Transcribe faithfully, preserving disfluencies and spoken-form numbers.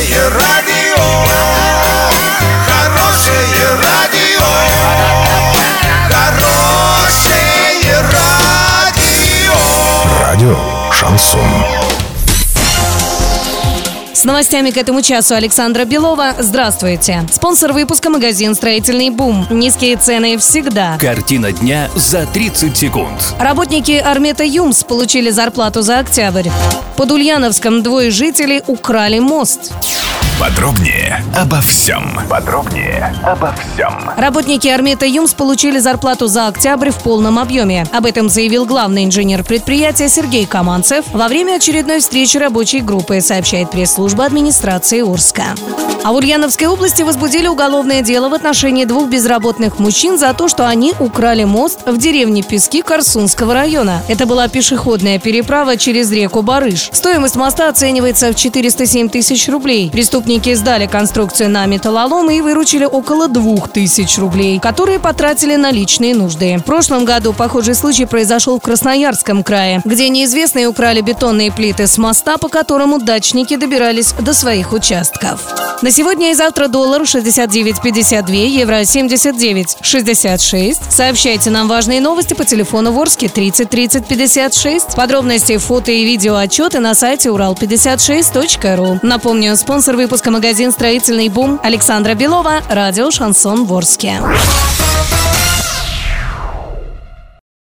Хорошее радио, хорошее радио, хорошее радио. Радио Шансон. С новостями к этому часу Александра Белова. Здравствуйте. Спонсор выпуска — магазин «Строительный бум». Низкие цены всегда. Картина дня за тридцать секунд. Работники Армета ЮМС получили зарплату за октябрь. Под Ульяновском двое жителей украли мост. Подробнее обо всем. Подробнее обо всем. Работники Армета ЮМС получили зарплату за октябрь в полном объеме. Об этом заявил главный инженер предприятия Сергей Каманцев во время очередной встречи рабочей группы, сообщает пресс-служба администрации Орска. А в Ульяновской области возбудили уголовное дело в отношении двух безработных мужчин за то, что они украли мост в деревне Пески Корсунского района. Это была пешеходная переправа через реку Барыш. Стоимость моста оценивается в четыреста семь тысяч рублей. Преступники сдали конструкцию на металлолом и выручили около двух тысяч рублей, которые потратили на личные нужды. В прошлом году похожий случай произошел в Красноярском крае, где неизвестные украли бетонные плиты с моста, по которому дачники добирались до своих участков. На сегодня и завтра доллар шестьдесят девять пятьдесят два, евро семьдесят девять шестьдесят шесть. Сообщайте нам важные новости по телефону в Орске тридцать тридцать пятьдесят шесть. Подробности, фото и видео отчеты на сайте урал пятьдесят шесть точка ру. Напомню, спонсор выпуска — магазин «Строительный бум». Александра Белова, радио «Шансон» в Орске.